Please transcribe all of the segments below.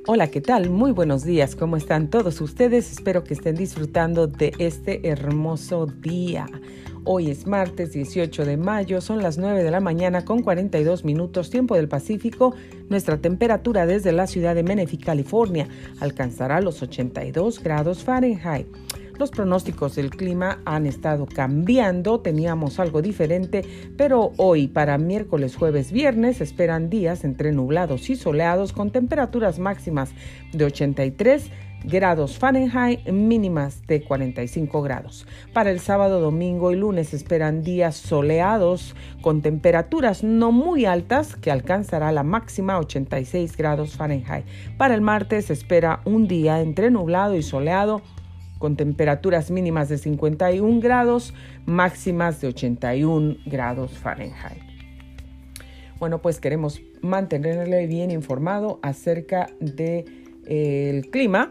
Hola, ¿qué tal? Muy buenos días. ¿Cómo están todos ustedes? Espero que estén disfrutando de este hermoso día. Hoy es martes 18 de mayo, son las 9 de la mañana con 42 minutos, tiempo del Pacífico. Nuestra temperatura desde la ciudad de Menifee, California, alcanzará los 82 grados Fahrenheit. Los pronósticos del clima han estado cambiando, teníamos algo diferente, pero hoy para miércoles, jueves, viernes esperan días entre nublados y soleados con temperaturas máximas de 83 grados Fahrenheit, mínimas de 45 grados. Para el sábado, domingo y lunes esperan días soleados con temperaturas no muy altas que alcanzará la máxima 86 grados Fahrenheit. Para el martes espera un día entre nublado y soleado con temperaturas mínimas de 51 grados, máximas de 81 grados Fahrenheit. Bueno, pues queremos mantenerle bien informado acerca del clima.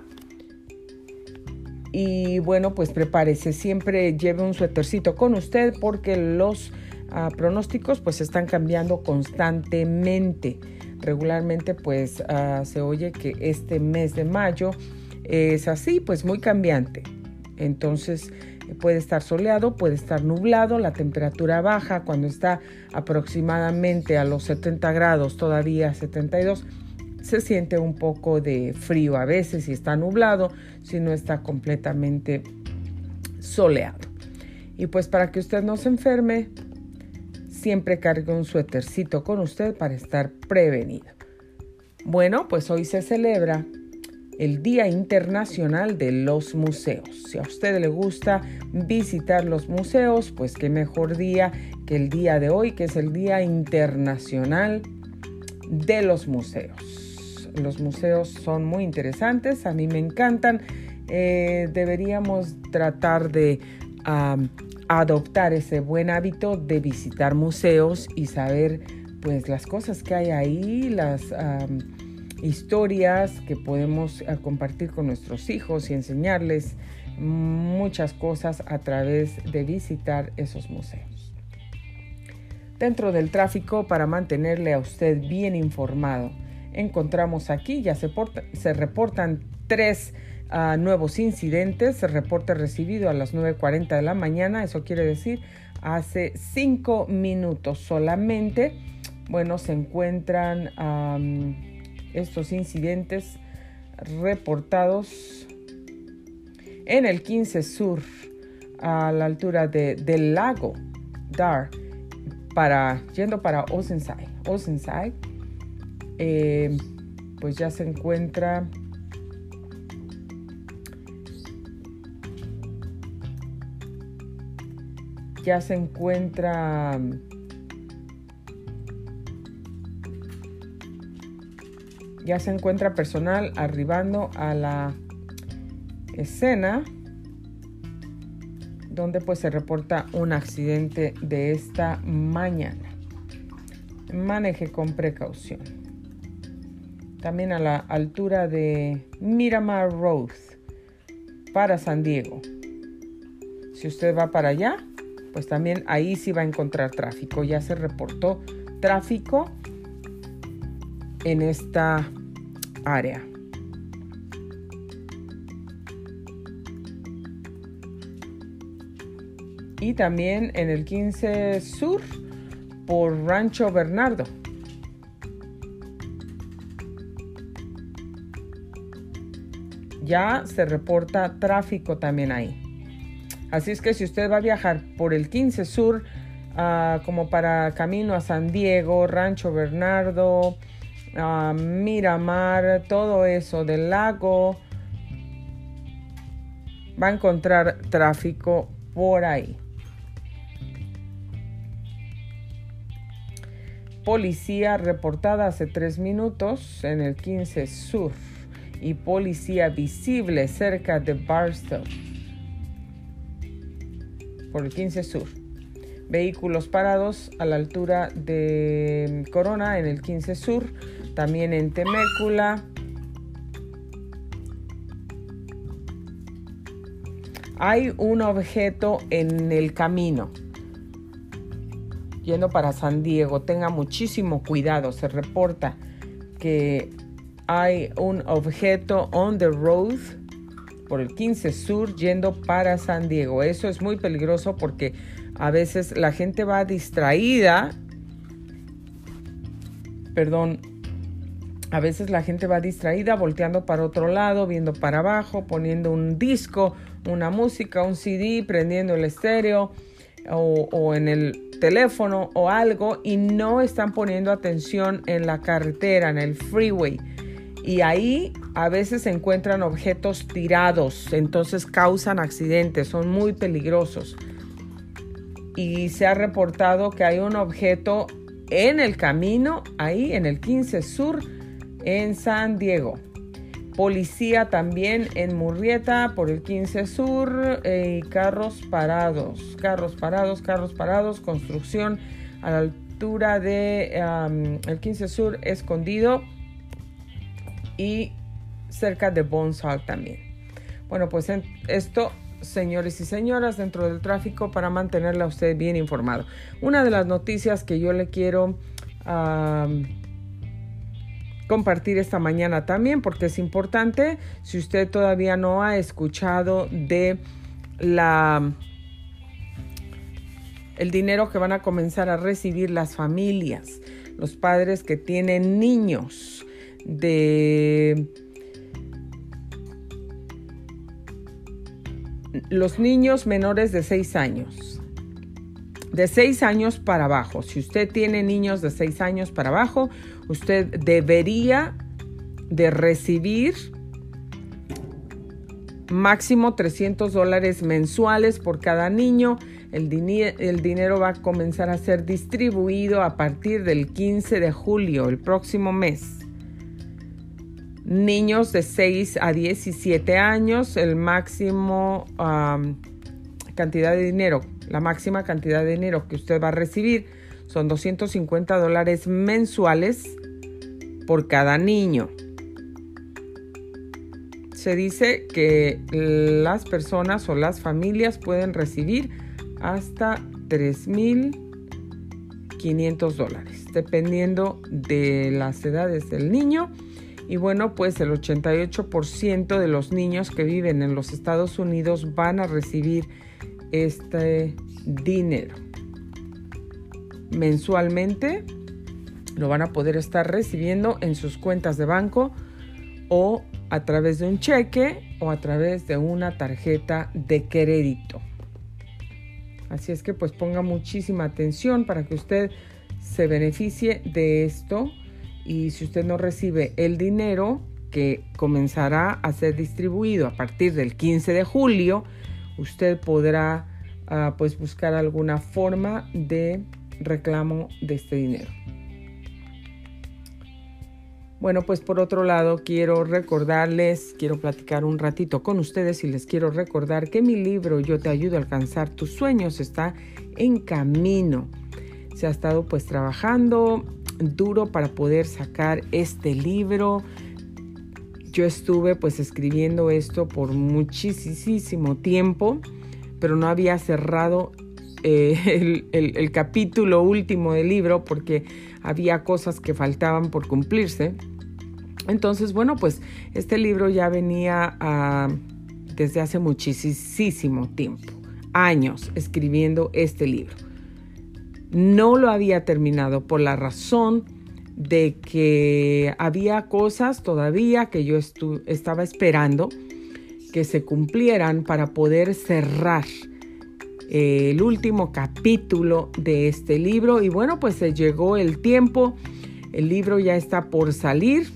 Y bueno, pues prepárese, siempre lleve un suétercito con usted porque los pronósticos pues están cambiando constantemente. Regularmente pues se oye que este mes de mayo es así, pues muy cambiante. Entonces puede estar soleado, puede estar nublado, la temperatura baja cuando está aproximadamente a los 70 grados, todavía 72, se siente un poco de frío a veces si está nublado, si no está completamente soleado. Y pues para que usted no se enferme, siempre cargue un suétercito con usted para estar prevenido. Bueno, pues hoy se celebra el Día Internacional de los Museos. Si a usted le gusta visitar los museos, pues qué mejor día que el día de hoy, que es el Día Internacional de los Museos. Los museos son muy interesantes, a mí me encantan. Deberíamos tratar de adoptar ese buen hábito de visitar museos y saber pues las cosas que hay ahí, las historias que podemos compartir con nuestros hijos y enseñarles muchas cosas a través de visitar esos museos. Dentro del tráfico, para mantenerle a usted bien informado, encontramos aquí, ya se reportan 3 nuevos incidentes. El reporte recibido a las 9:40 de la mañana, eso quiere decir hace 5 minutos solamente. Bueno, se encuentran estos incidentes reportados en el 15 Sur, a la altura del lago Dar, yendo para Oceanside. Pues ya se encuentra personal arribando a la escena donde pues se reporta un accidente de esta mañana. Maneje con precaución. También a la altura de Miramar Road para San Diego. Si usted va para allá, pues también ahí sí va a encontrar tráfico. Ya se reportó tráfico en esta área. Y también en el 15 Sur por Rancho Bernardo. Ya se reporta tráfico también ahí. Así es que si usted va a viajar por el 15 Sur, como para camino a San Diego, Rancho Bernardo, Miramar, todo eso del lago, va a encontrar tráfico por ahí. Policía reportada hace 3 minutos en el 15 Sur y policía visible cerca de Barstow por el 15 Sur. Vehículos parados a la altura de Corona en el 15 Sur, también en Temecula. Hay un objeto en el camino yendo para San Diego. Tenga muchísimo cuidado. Se reporta que hay un objeto on the road por el 15 Sur yendo para San Diego. Eso es muy peligroso porque a veces la gente va distraída. A veces la gente va distraída, volteando para otro lado, viendo para abajo, poniendo un disco, una música, un CD, prendiendo el estéreo o en el teléfono o algo, y no están poniendo atención en la carretera, en el freeway. Y ahí a veces se encuentran objetos tirados, entonces causan accidentes, son muy peligrosos. Y se ha reportado que hay un objeto en el camino, ahí en el 15 Sur, en San Diego. Policía también en Murrieta por el 15 Sur, carros parados, construcción a la altura de el 15 Sur Escondido y cerca de Bonsall también. Bueno, pues esto, señores y señoras, dentro del tráfico, para mantenerla a usted bien informado. Una de las noticias que yo le quiero compartir esta mañana también, porque es importante, si usted todavía no ha escuchado de el dinero que van a comenzar a recibir las familias, los padres que tienen niños los niños menores de 6 años. De 6 años para abajo. Si usted tiene niños de 6 años para abajo, usted debería de recibir máximo $300 mensuales por cada niño. El dinero va a comenzar a ser distribuido a partir del 15 de julio, el próximo mes. Niños de 6 a 17 años, el máximo cantidad de dinero, la máxima cantidad de dinero que usted va a recibir son $250 mensuales por cada niño. Se dice que las personas o las familias pueden recibir hasta $3,500, dependiendo de las edades del niño. Y bueno, pues el 88% de los niños que viven en los Estados Unidos van a recibir este dinero. Mensualmente lo van a poder estar recibiendo en sus cuentas de banco o a través de un cheque o a través de una tarjeta de crédito. Así es que pues ponga muchísima atención para que usted se beneficie de esto. Y si usted no recibe el dinero que comenzará a ser distribuido a partir del 15 de julio, usted podrá pues buscar alguna forma de reclamo de este dinero. Bueno, pues por otro lado quiero platicar un ratito con ustedes y les quiero recordar que mi libro Yo te ayudo a alcanzar tus sueños está en camino. Se ha estado pues trabajando duro para poder sacar este libro. Yo estuve pues escribiendo esto por muchísimo tiempo, pero no había cerrado el capítulo último del libro porque había cosas que faltaban por cumplirse. Entonces, bueno, pues este libro ya venía desde hace muchísimo tiempo, años escribiendo este libro. No lo había terminado por la razón de que había cosas todavía que yo estaba esperando que se cumplieran para poder cerrar el último capítulo de este libro. Y bueno, pues se llegó el tiempo. El libro ya está por salir.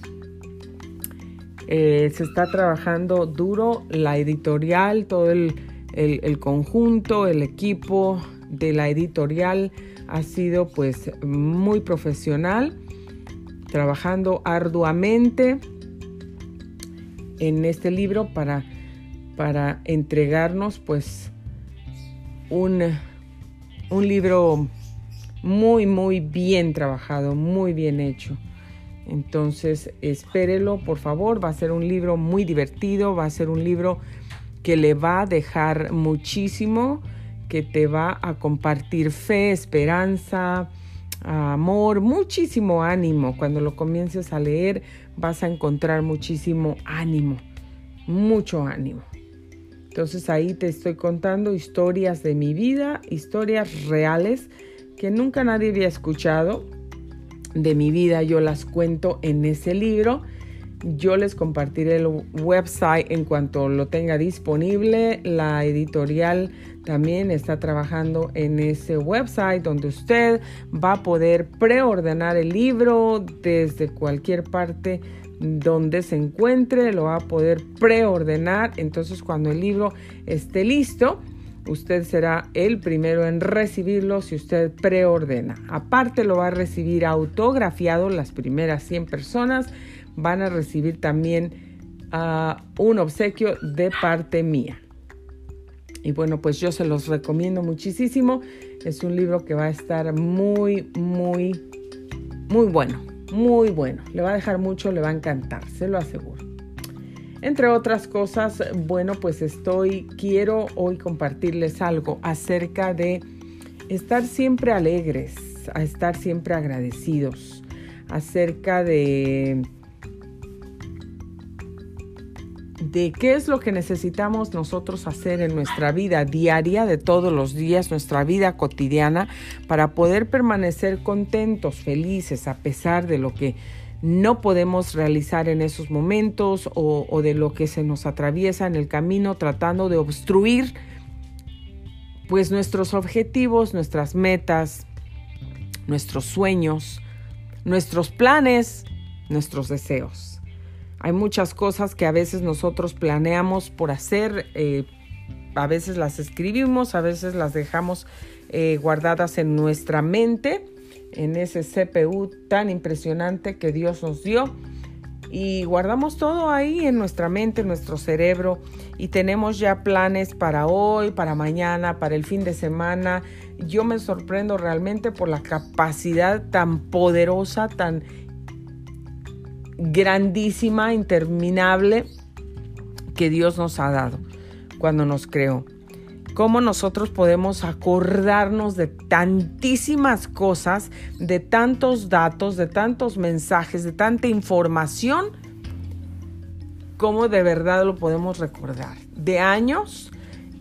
Se está trabajando duro la editorial, todo el conjunto, el equipo de la editorial ha sido pues muy profesional, trabajando arduamente en este libro para entregarnos pues un libro muy bien trabajado, muy bien hecho. Entonces espérelo, por favor. Va a ser un libro muy divertido, va a ser un libro que le va a dejar muchísimo, que te va a compartir fe, esperanza, amor, muchísimo ánimo. Cuando lo comiences a leer vas a encontrar muchísimo ánimo, mucho ánimo. Entonces ahí te estoy contando historias de mi vida, historias reales que nunca nadie había escuchado de mi vida. Yo las cuento en ese libro. Yo les compartiré el website en cuanto lo tenga disponible. La editorial también está trabajando en ese website donde usted va a poder preordenar el libro desde cualquier parte donde se encuentre. Lo va a poder preordenar. Entonces, cuando el libro esté listo, usted será el primero en recibirlo si usted preordena. Aparte, lo va a recibir autografiado. Las primeras 100 personas van a recibir también un obsequio de parte mía. Y bueno, pues yo se los recomiendo muchísimo. Es un libro que va a estar muy, muy, muy bueno. Muy bueno. Le va a dejar mucho, le va a encantar, se lo aseguro. Entre otras cosas, bueno, pues quiero hoy compartirles algo acerca de estar siempre alegres, a estar siempre agradecidos, acerca de qué es lo que necesitamos nosotros hacer en nuestra vida diaria, de todos los días, nuestra vida cotidiana, para poder permanecer contentos, felices, a pesar de lo que no podemos realizar en esos momentos o de lo que se nos atraviesa en el camino, tratando de obstruir pues nuestros objetivos, nuestras metas, nuestros sueños, nuestros planes, nuestros deseos. Hay muchas cosas que a veces nosotros planeamos por hacer, a veces las escribimos, a veces las dejamos guardadas en nuestra mente, en ese CPU tan impresionante que Dios nos dio, y guardamos todo ahí en nuestra mente, en nuestro cerebro, y tenemos ya planes para hoy, para mañana, para el fin de semana. Yo me sorprendo realmente por la capacidad tan poderosa, tan grandísima, interminable que Dios nos ha dado cuando nos creó. Cómo nosotros podemos acordarnos de tantísimas cosas, de tantos datos, de tantos mensajes, de tanta información, cómo de verdad lo podemos recordar. De años,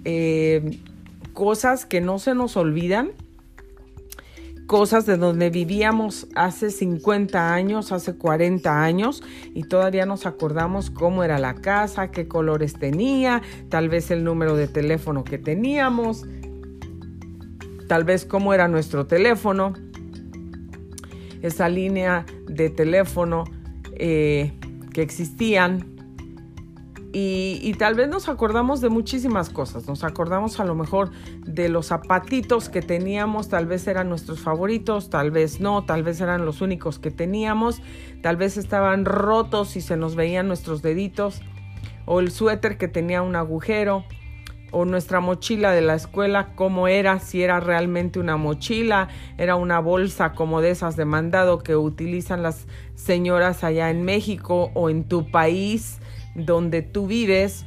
cosas que no se nos olvidan, cosas de donde vivíamos hace 50 años, hace 40 años, y todavía nos acordamos cómo era la casa, qué colores tenía, tal vez el número de teléfono que teníamos, tal vez cómo era nuestro teléfono, esa línea de teléfono que existían. Y tal vez nos acordamos de muchísimas cosas. Nos acordamos a lo mejor de los zapatitos que teníamos, tal vez eran nuestros favoritos, tal vez no, tal vez eran los únicos que teníamos, tal vez estaban rotos y se nos veían nuestros deditos, o el suéter que tenía un agujero, o nuestra mochila de la escuela, cómo era, si era realmente una mochila, era una bolsa como de esas de mandado que utilizan las señoras allá en México o en tu país donde tú vives,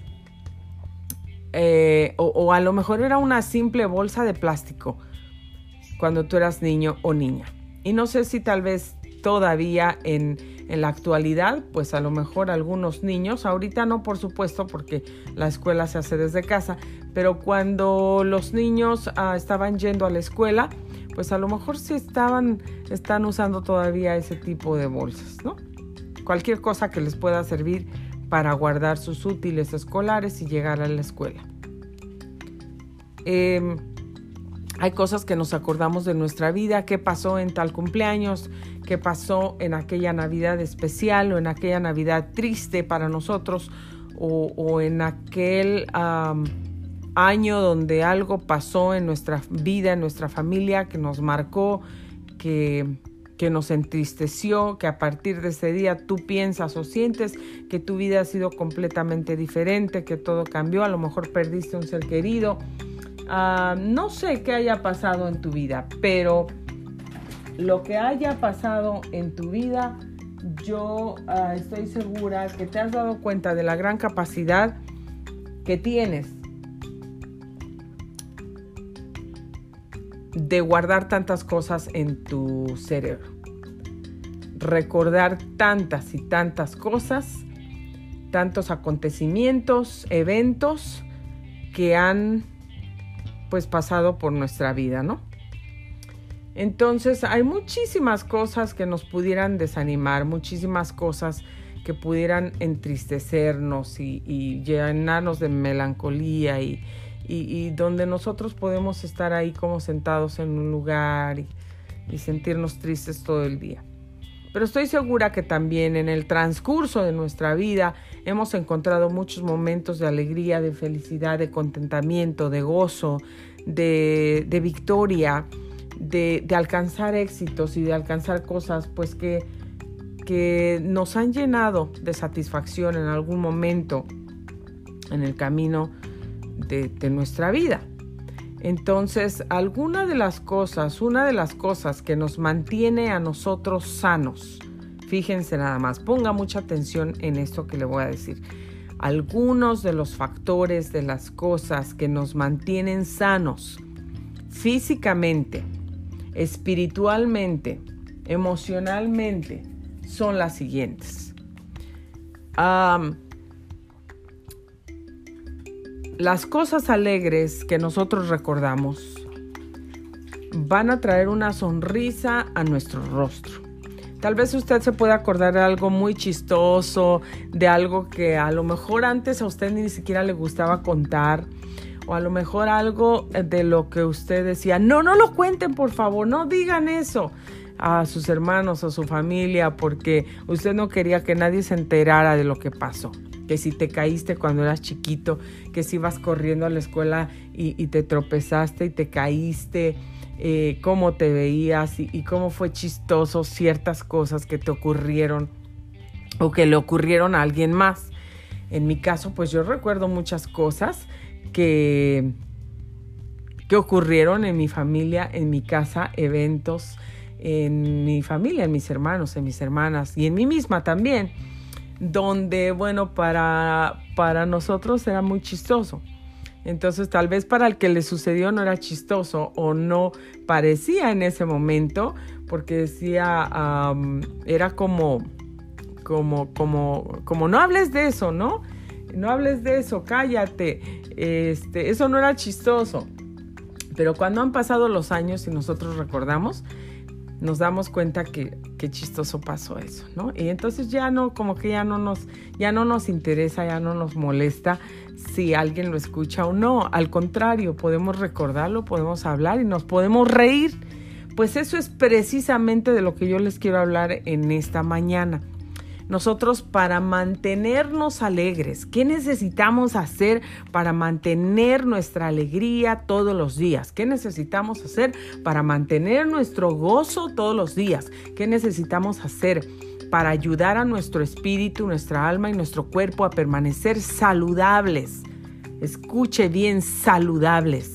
o a lo mejor era una simple bolsa de plástico cuando tú eras niño o niña. Y no sé si tal vez todavía en la actualidad, pues a lo mejor algunos niños, ahorita no por supuesto porque la escuela se hace desde casa, pero cuando los niños estaban yendo a la escuela, pues a lo mejor sí están usando todavía ese tipo de bolsas, ¿no? Cualquier cosa que les pueda servir para guardar sus útiles escolares y llegar a la escuela. Hay cosas que nos acordamos de nuestra vida, qué pasó en tal cumpleaños, qué pasó en aquella Navidad especial o en aquella Navidad triste para nosotros, o en aquel año donde algo pasó en nuestra vida, en nuestra familia, que nos marcó, que nos entristeció, que a partir de ese día tú piensas o sientes que tu vida ha sido completamente diferente, que todo cambió, a lo mejor perdiste un ser querido. No sé qué haya pasado en tu vida, pero lo que haya pasado en tu vida, yo estoy segura que te has dado cuenta de la gran capacidad que tienes de guardar tantas cosas en tu cerebro. Recordar tantas y tantas cosas, tantos acontecimientos, eventos que han pues pasado por nuestra vida, ¿no? Entonces hay muchísimas cosas que nos pudieran desanimar, muchísimas cosas que pudieran entristecernos y llenarnos de melancolía y donde nosotros podemos estar ahí como sentados en un lugar y sentirnos tristes todo el día. Pero estoy segura que también en el transcurso de nuestra vida hemos encontrado muchos momentos de alegría, de felicidad, de contentamiento, de gozo, de victoria, de alcanzar éxitos y de alcanzar cosas pues que nos han llenado de satisfacción en algún momento en el camino de nuestra vida. Entonces, una de las cosas que nos mantiene a nosotros sanos, fíjense nada más, ponga mucha atención en esto que le voy a decir. Algunos de los factores de las cosas que nos mantienen sanos físicamente, espiritualmente, emocionalmente, son las siguientes. Las cosas alegres que nosotros recordamos van a traer una sonrisa a nuestro rostro. Tal vez usted se pueda acordar de algo muy chistoso, de algo que a lo mejor antes a usted ni siquiera le gustaba contar, o a lo mejor algo de lo que usted decía, no lo cuenten, por favor, no digan eso a sus hermanos o su familia, porque usted no quería que nadie se enterara de lo que pasó. Que si te caíste cuando eras chiquito, que si ibas corriendo a la escuela y te tropezaste y te caíste, cómo te veías y cómo fue chistoso ciertas cosas que te ocurrieron o que le ocurrieron a alguien más. En mi caso, pues yo recuerdo muchas cosas que ocurrieron en mi familia, en mi casa, eventos en mi familia, en mis hermanos, en mis hermanas y en mí misma también, donde, bueno, para nosotros era muy chistoso. Entonces, tal vez para el que le sucedió no era chistoso o no parecía en ese momento, porque decía, era como no hables de eso, ¿no? No hables de eso, cállate. Eso no era chistoso. Pero cuando han pasado los años y nosotros recordamos, nos damos cuenta que chistoso pasó eso, ¿no? Y entonces ya no nos interesa, ya no nos molesta si alguien lo escucha o no. Al contrario, podemos recordarlo, podemos hablar y nos podemos reír. Pues eso es precisamente de lo que yo les quiero hablar en esta mañana. Nosotros, para mantenernos alegres, ¿qué necesitamos hacer para mantener nuestra alegría todos los días? ¿Qué necesitamos hacer para mantener nuestro gozo todos los días? ¿Qué necesitamos hacer para ayudar a nuestro espíritu, nuestra alma y nuestro cuerpo a permanecer saludables? Escuche bien, saludables.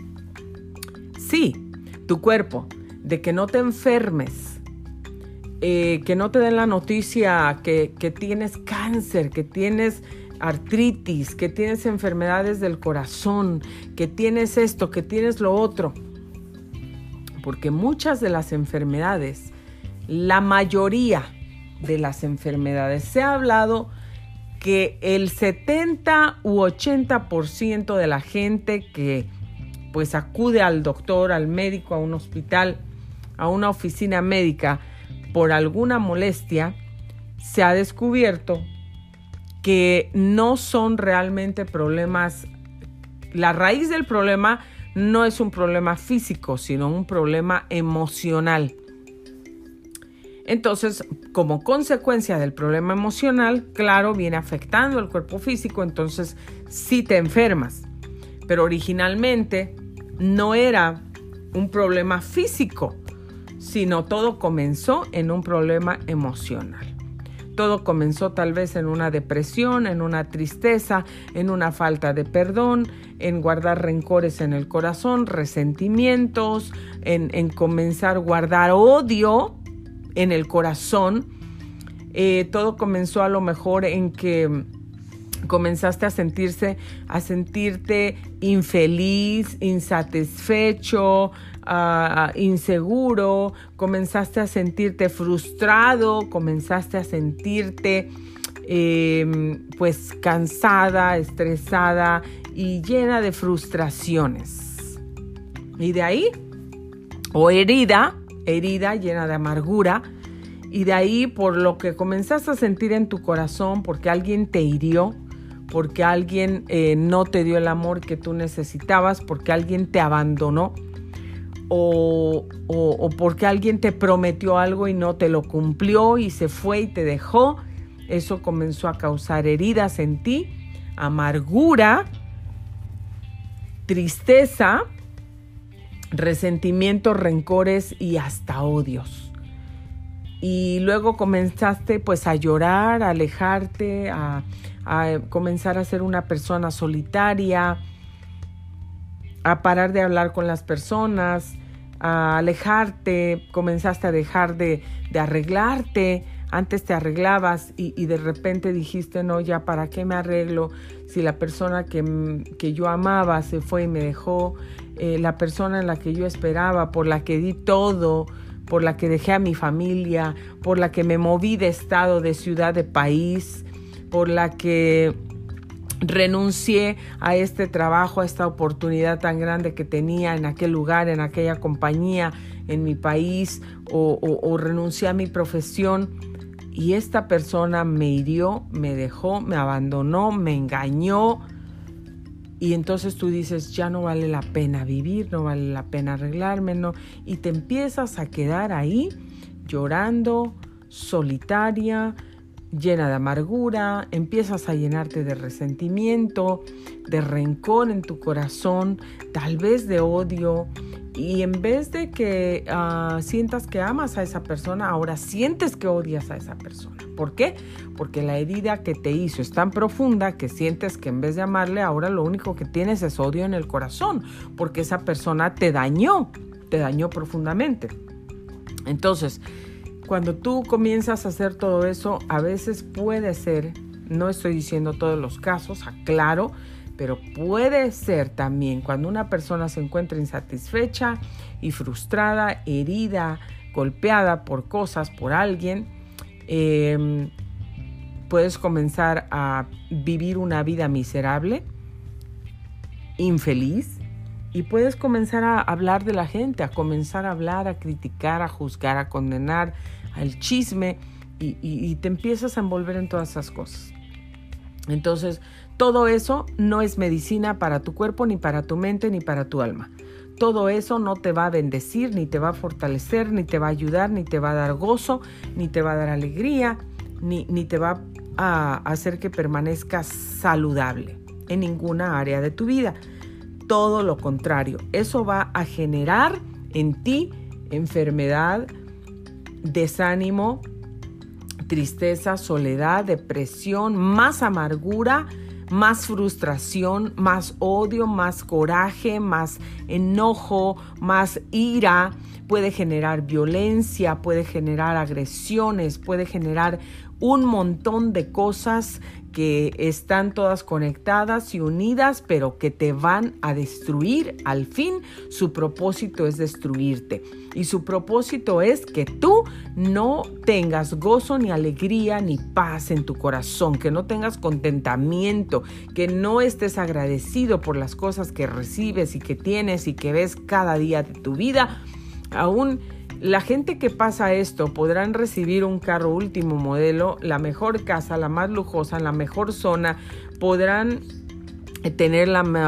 Sí, tu cuerpo, de que no te enfermes. Que no te den la noticia que tienes cáncer, que tienes artritis, que tienes enfermedades del corazón, que tienes esto, que tienes lo otro. Porque muchas de las enfermedades, la mayoría de las enfermedades, se ha hablado que el 70 u 80% de la gente que pues acude al doctor, al médico, a un hospital, a una oficina médica, por alguna molestia, se ha descubierto que no son realmente problemas. La raíz del problema no es un problema físico, sino un problema emocional. Entonces, como consecuencia del problema emocional, claro, viene afectando el cuerpo físico, entonces sí te enfermas. Pero originalmente no era un problema físico, sino todo comenzó en un problema emocional. Todo comenzó tal vez en una depresión, en una tristeza, en una falta de perdón, en guardar rencores en el corazón, resentimientos, en comenzar a guardar odio en el corazón. Todo comenzó a lo mejor en que comenzaste a sentirte infeliz, insatisfecho, inseguro, comenzaste a sentirte frustrado, comenzaste a sentirte pues cansada, estresada y llena de frustraciones. Y de ahí, o herida llena de amargura, y de ahí por lo que comenzaste a sentir en tu corazón, porque alguien te hirió, porque alguien no te dio el amor que tú necesitabas, porque alguien te abandonó, o porque alguien te prometió algo y no te lo cumplió y se fue y te dejó. Eso comenzó a causar heridas en ti, amargura, tristeza, resentimientos, rencores y hasta odios. Y luego comenzaste pues a llorar, a alejarte, a comenzar a ser una persona solitaria, a parar de hablar con las personas, a alejarte, comenzaste a dejar de arreglarte. Antes te arreglabas y de repente dijiste, no, ya, ¿para qué me arreglo? Si la persona que yo amaba se fue y me dejó, la persona en la que yo esperaba, por la que di todo, por la que dejé a mi familia, por la que me moví de estado, de ciudad, de país, por la que renuncié a este trabajo, a esta oportunidad tan grande que tenía en aquel lugar, en aquella compañía, en mi país, o renuncié a mi profesión. Y esta persona me hirió, me dejó, me abandonó, me engañó. Y entonces tú dices, ya no vale la pena vivir, no vale la pena arreglarme, no. Y te empiezas a quedar ahí llorando, solitaria, llena de amargura. Empiezas a llenarte de resentimiento, de rencor en tu corazón, tal vez de odio. Y en vez de que sientas que amas a esa persona, ahora sientes que odias a esa persona. ¿Por qué? Porque la herida que te hizo es tan profunda que sientes que en vez de amarle, ahora lo único que tienes es odio en el corazón, porque esa persona te dañó profundamente. Entonces, cuando tú comienzas a hacer todo eso, a veces puede ser, no estoy diciendo todos los casos, aclaro, pero puede ser también cuando una persona se encuentra insatisfecha y frustrada, herida, golpeada por cosas, por alguien, puedes comenzar a vivir una vida miserable, infeliz, y puedes comenzar a hablar de la gente, a comenzar a hablar, a criticar, a juzgar, a condenar, al chisme, y te empiezas a envolver en todas esas cosas. Entonces, todo eso no es medicina para tu cuerpo, ni para tu mente, ni para tu alma. Todo eso no te va a bendecir, ni te va a fortalecer, ni te va a ayudar, ni te va a dar gozo, ni te va a dar alegría, ni te va a hacer que permanezcas saludable en ninguna área de tu vida. Todo lo contrario, eso va a generar en ti enfermedad, desánimo, tristeza, soledad, depresión, más amargura, más frustración, más odio, más coraje, más enojo, más ira. Puede generar violencia, puede generar agresiones, puede generar un montón de cosas que están todas conectadas y unidas, pero que te van a destruir. Al fin, su propósito es destruirte. Y su propósito es que tú no tengas gozo, ni alegría, ni paz en tu corazón, que no tengas contentamiento, que no estés agradecido por las cosas que recibes y que tienes y que ves cada día de tu vida. Aún la gente que pasa esto podrán recibir un carro último modelo, la mejor casa, la más lujosa, la mejor zona, podrán tener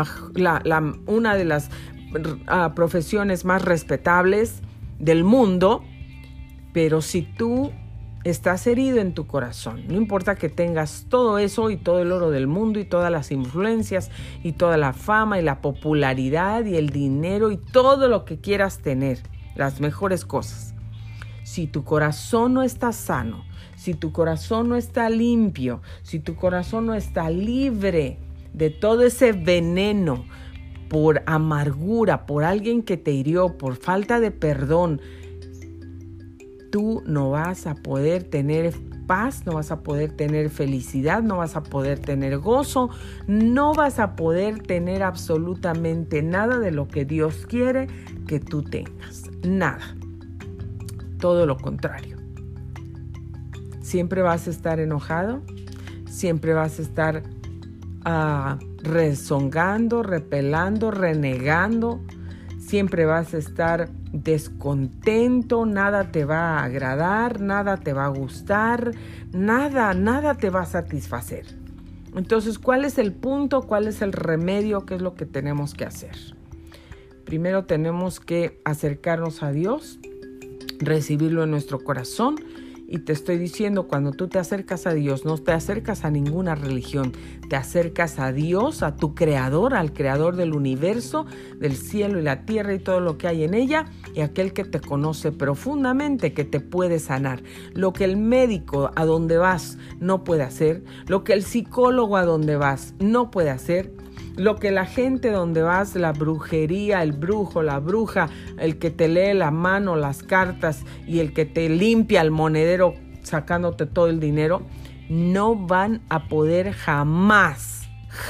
una de las profesiones más respetables del mundo, pero si tú estás herido en tu corazón, no importa que tengas todo eso y todo el oro del mundo y todas las influencias y toda la fama y la popularidad y el dinero y todo lo que quieras tener, las mejores cosas. Si tu corazón no está sano, si tu corazón no está limpio, si tu corazón no está libre de todo ese veneno por amargura, por alguien que te hirió, por falta de perdón, tú no vas a poder tener paz, no vas a poder tener felicidad, no vas a poder tener gozo, no vas a poder tener absolutamente nada de lo que Dios quiere que tú tengas. Nada. Todo lo contrario. Siempre vas a estar enojado, siempre vas a estar rezongando, repelando, renegando, siempre vas a estar descontento, nada te va a agradar, nada te va a gustar, nada te va a satisfacer. Entonces, ¿cuál es el punto? ¿Cuál es el remedio? ¿Qué es lo que tenemos que hacer? Primero tenemos que acercarnos a Dios, recibirlo en nuestro corazón. Y te estoy diciendo, cuando tú te acercas a Dios, no te acercas a ninguna religión, te acercas a Dios, a tu creador, al creador del universo, del cielo y la tierra y todo lo que hay en ella, y aquel que te conoce profundamente, que te puede sanar. Lo que el médico a donde vas no puede hacer, lo que el psicólogo a donde vas no puede hacer, lo que la gente donde vas, la brujería, el brujo, la bruja, el que te lee la mano, las cartas y el que te limpia el monedero sacándote todo el dinero, no van a poder jamás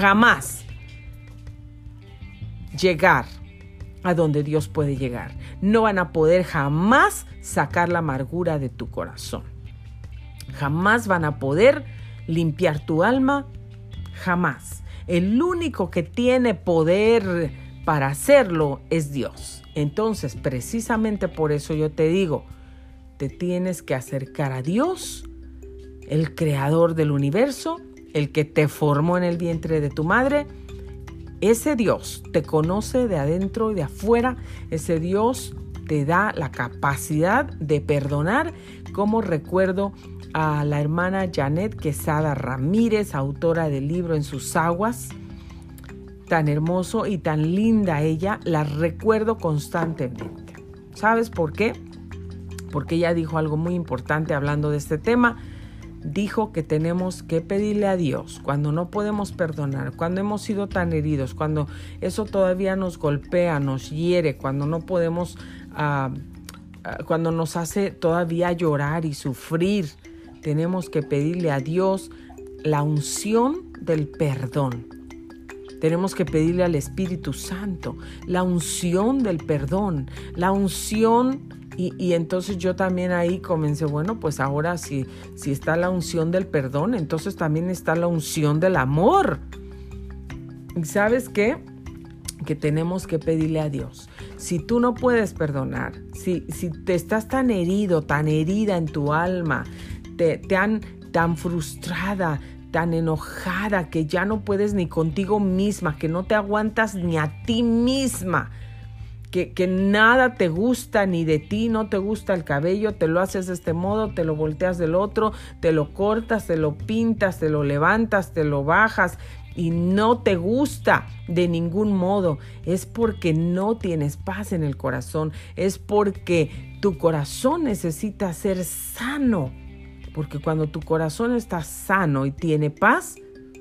llegar a donde Dios puede llegar. No van a poder jamás sacar la amargura de tu corazón. Jamás van a poder limpiar tu alma, jamás. El único que tiene poder para hacerlo es Dios. Entonces, precisamente por eso yo te digo, te tienes que acercar a Dios, el creador del universo, el que te formó en el vientre de tu madre. Ese Dios te conoce de adentro y de afuera. Ese Dios te da la capacidad de perdonar, como recuerdo a la hermana Janet Quesada Ramírez, autora del libro En sus aguas. Tan hermoso y tan linda ella, la recuerdo constantemente. ¿Sabes por qué? Porque ella dijo algo muy importante hablando de este tema. Dijo que tenemos que pedirle a Dios cuando no podemos perdonar, cuando hemos sido tan heridos, cuando eso todavía nos golpea, nos hiere, cuando no podemos, cuando nos hace todavía llorar y sufrir. Tenemos que pedirle a Dios la unción del perdón. Tenemos que pedirle al Espíritu Santo la unción del perdón, la unción. Y entonces yo también ahí comencé, bueno, pues ahora si está la unción del perdón, entonces también está la unción del amor. ¿Y sabes qué? Que tenemos que pedirle a Dios. Si tú no puedes perdonar, si te estás tan herido, tan herida en tu alma, tan frustrada, tan enojada, que ya no puedes ni contigo misma, que no te aguantas ni a ti misma, que nada te gusta ni de ti, no te gusta el cabello, te lo haces de este modo, te lo volteas del otro, te lo cortas, te lo pintas, te lo levantas, te lo bajas y no te gusta de ningún modo, es porque no tienes paz en el corazón, es porque tu corazón necesita ser sano. Porque cuando tu corazón está sano y tiene paz,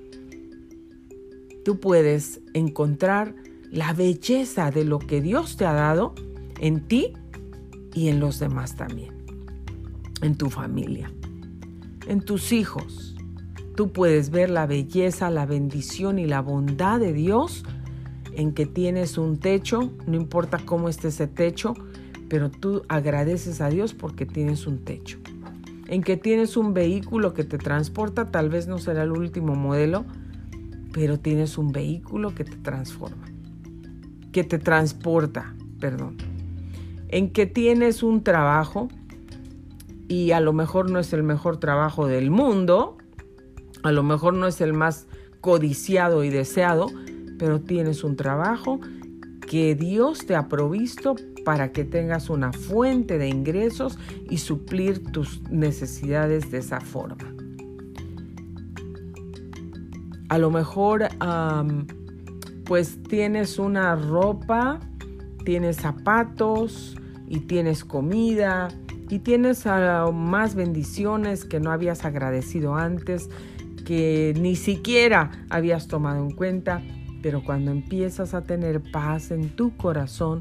tú puedes encontrar la belleza de lo que Dios te ha dado en ti y en los demás también. En tu familia, en tus hijos. Tú puedes ver la belleza, la bendición y la bondad de Dios en que tienes un techo, no importa cómo esté ese techo, pero tú agradeces a Dios porque tienes un techo. En que tienes un vehículo que te transporta, tal vez no será el último modelo, pero tienes un vehículo que te transforma, que te transporta, En que tienes un trabajo y a lo mejor no es el mejor trabajo del mundo, a lo mejor no es el más codiciado y deseado, pero tienes un trabajo que Dios te ha provisto para que tengas una fuente de ingresos y suplir tus necesidades de esa forma. A lo mejor pues tienes una ropa, tienes zapatos y tienes comida y tienes más bendiciones que no habías agradecido antes, que ni siquiera habías tomado en cuenta. Pero cuando empiezas a tener paz en tu corazón,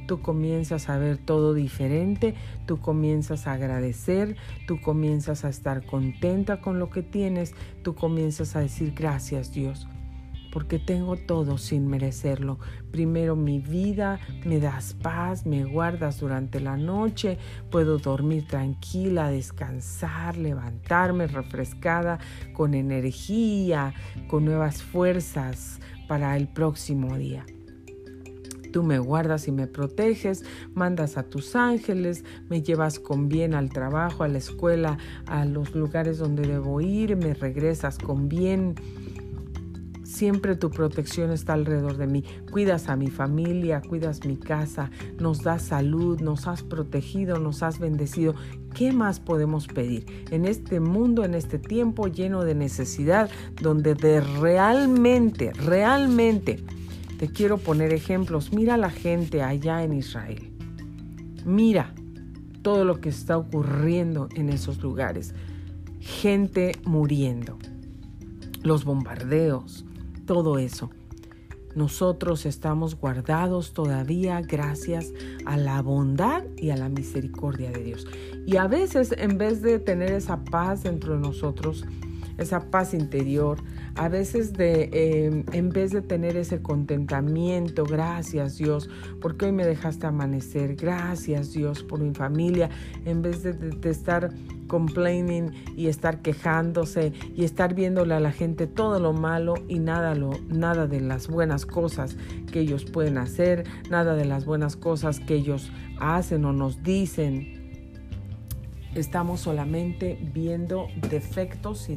tú comienzas a ver todo diferente, tú comienzas a agradecer, tú comienzas a estar contenta con lo que tienes, tú comienzas a decir gracias Dios, porque tengo todo sin merecerlo. Primero mi vida, me das paz, me guardas durante la noche, puedo dormir tranquila, descansar, levantarme refrescada, con energía, con nuevas fuerzas para el próximo día. Tú me guardas y me proteges, mandas a tus ángeles, me llevas con bien al trabajo, a la escuela, a los lugares donde debo ir, me regresas con bien. Siempre tu protección está alrededor de mí. Cuidas a mi familia, cuidas mi casa, nos das salud, nos has protegido, nos has bendecido. ¿Qué más podemos pedir en este mundo, en este tiempo lleno de necesidad, donde realmente, te quiero poner ejemplos? Mira a la gente allá en Israel. Mira todo lo que está ocurriendo en esos lugares. Gente muriendo, los bombardeos, todo eso. Nosotros estamos guardados todavía gracias a la bondad y a la misericordia de Dios. Y a veces, en vez de tener esa paz dentro de nosotros, esa paz interior, a veces en vez de tener ese contentamiento, gracias Dios, porque hoy me dejaste amanecer, gracias Dios por mi familia, en vez de estar complaining y estar quejándose y estar viéndole a la gente todo lo malo y nada de las buenas cosas que ellos pueden hacer, nada de las buenas cosas que ellos hacen o nos dicen. Estamos solamente viendo defectos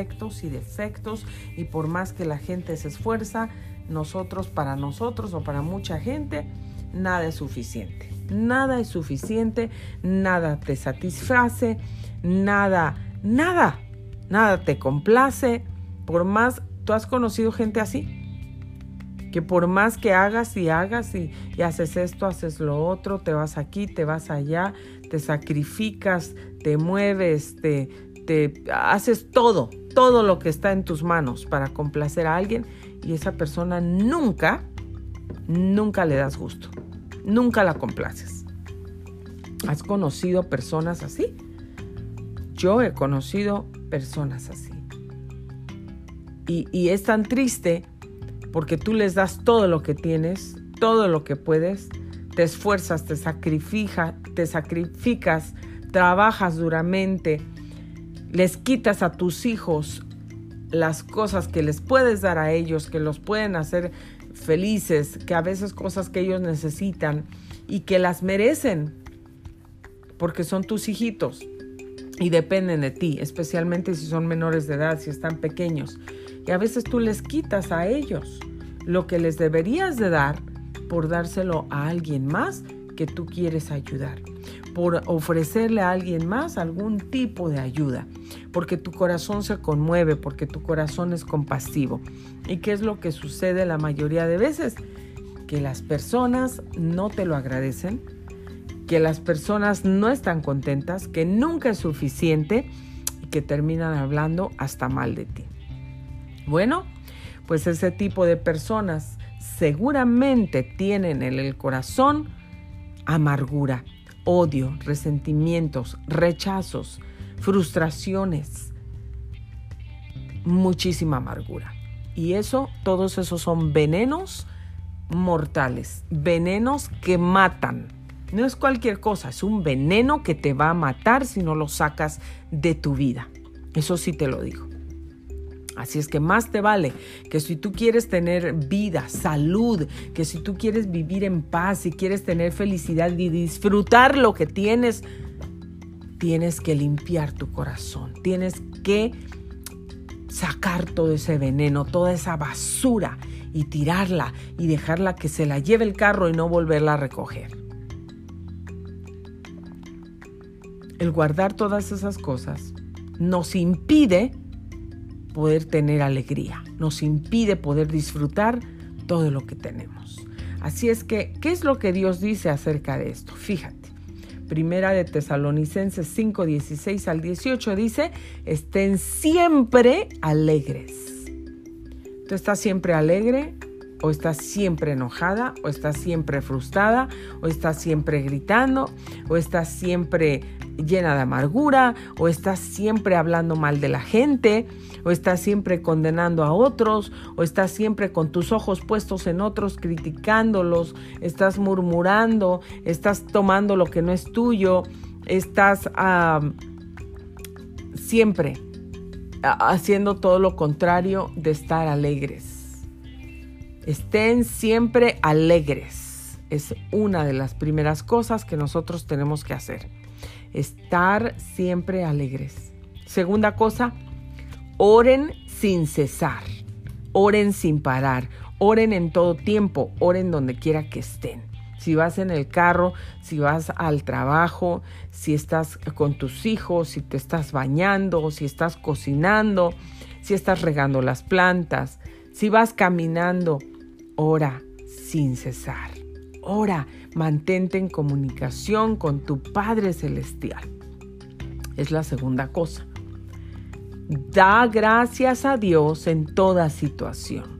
y por más que la gente se esfuerza, para nosotros o para mucha gente, nada es suficiente. Nada es suficiente, nada te satisface, nada te complace. Por más, ¿tú has conocido gente así? Que por más que hagas y haces esto, haces lo otro, te vas aquí, te vas allá, te sacrificas, te mueves, te haces todo lo que está en tus manos para complacer a alguien y esa persona nunca le das gusto, nunca la complaces. ¿Has conocido personas así? Yo he conocido personas así. Y es tan triste porque tú les das todo lo que tienes, todo lo que puedes, te esfuerzas, te sacrificas, trabajas duramente, les quitas a tus hijos las cosas que les puedes dar a ellos, que los pueden hacer felices, que a veces cosas que ellos necesitan y que las merecen porque son tus hijitos y dependen de ti, especialmente si son menores de edad, si están pequeños. Y a veces tú les quitas a ellos lo que les deberías de dar por dárselo a alguien más que tú quieres ayudar, por ofrecerle a alguien más algún tipo de ayuda, porque tu corazón se conmueve, porque tu corazón es compasivo. ¿Y qué es lo que sucede la mayoría de veces? Que las personas no te lo agradecen, que las personas no están contentas, que nunca es suficiente y que terminan hablando hasta mal de ti. Bueno, pues ese tipo de personas seguramente tienen en el corazón amargura, odio, resentimientos, rechazos, frustraciones, muchísima amargura. Y todos esos son venenos mortales, venenos que matan. No es cualquier cosa, es un veneno que te va a matar si no lo sacas de tu vida. Eso sí te lo digo. Así es que más te vale que si tú quieres tener vida, salud, que si tú quieres vivir en paz, si quieres tener felicidad y disfrutar lo que tienes, tienes que limpiar tu corazón, tienes que sacar todo ese veneno, toda esa basura y tirarla y dejarla que se la lleve el carro y no volverla a recoger. El guardar todas esas cosas nos impide poder tener alegría, nos impide poder disfrutar todo lo que tenemos. Así es que, ¿qué es lo que Dios dice acerca de esto? Fíjate, Primera de Tesalonicenses 5, 16 al 18 dice, estén siempre alegres. ¿Tú estás siempre alegre o estás siempre enojada, o estás siempre frustrada, o estás siempre gritando, o estás siempre llena de amargura, o estás siempre hablando mal de la gente, o estás siempre condenando a otros, o estás siempre con tus ojos puestos en otros, criticándolos, estás murmurando, estás tomando lo que no es tuyo, estás siempre haciendo todo lo contrario de estar alegres. Estén siempre alegres. Es una de las primeras cosas que nosotros tenemos que hacer. Estar siempre alegres. Segunda cosa, oren sin cesar. Oren sin parar. Oren en todo tiempo. Oren donde quiera que estén. Si vas en el carro, si vas al trabajo, si estás con tus hijos, si te estás bañando, si estás cocinando, si estás regando las plantas, si vas caminando, ora sin cesar. Ora, mantente en comunicación con tu Padre Celestial. Es la segunda cosa. Da gracias a Dios en toda situación.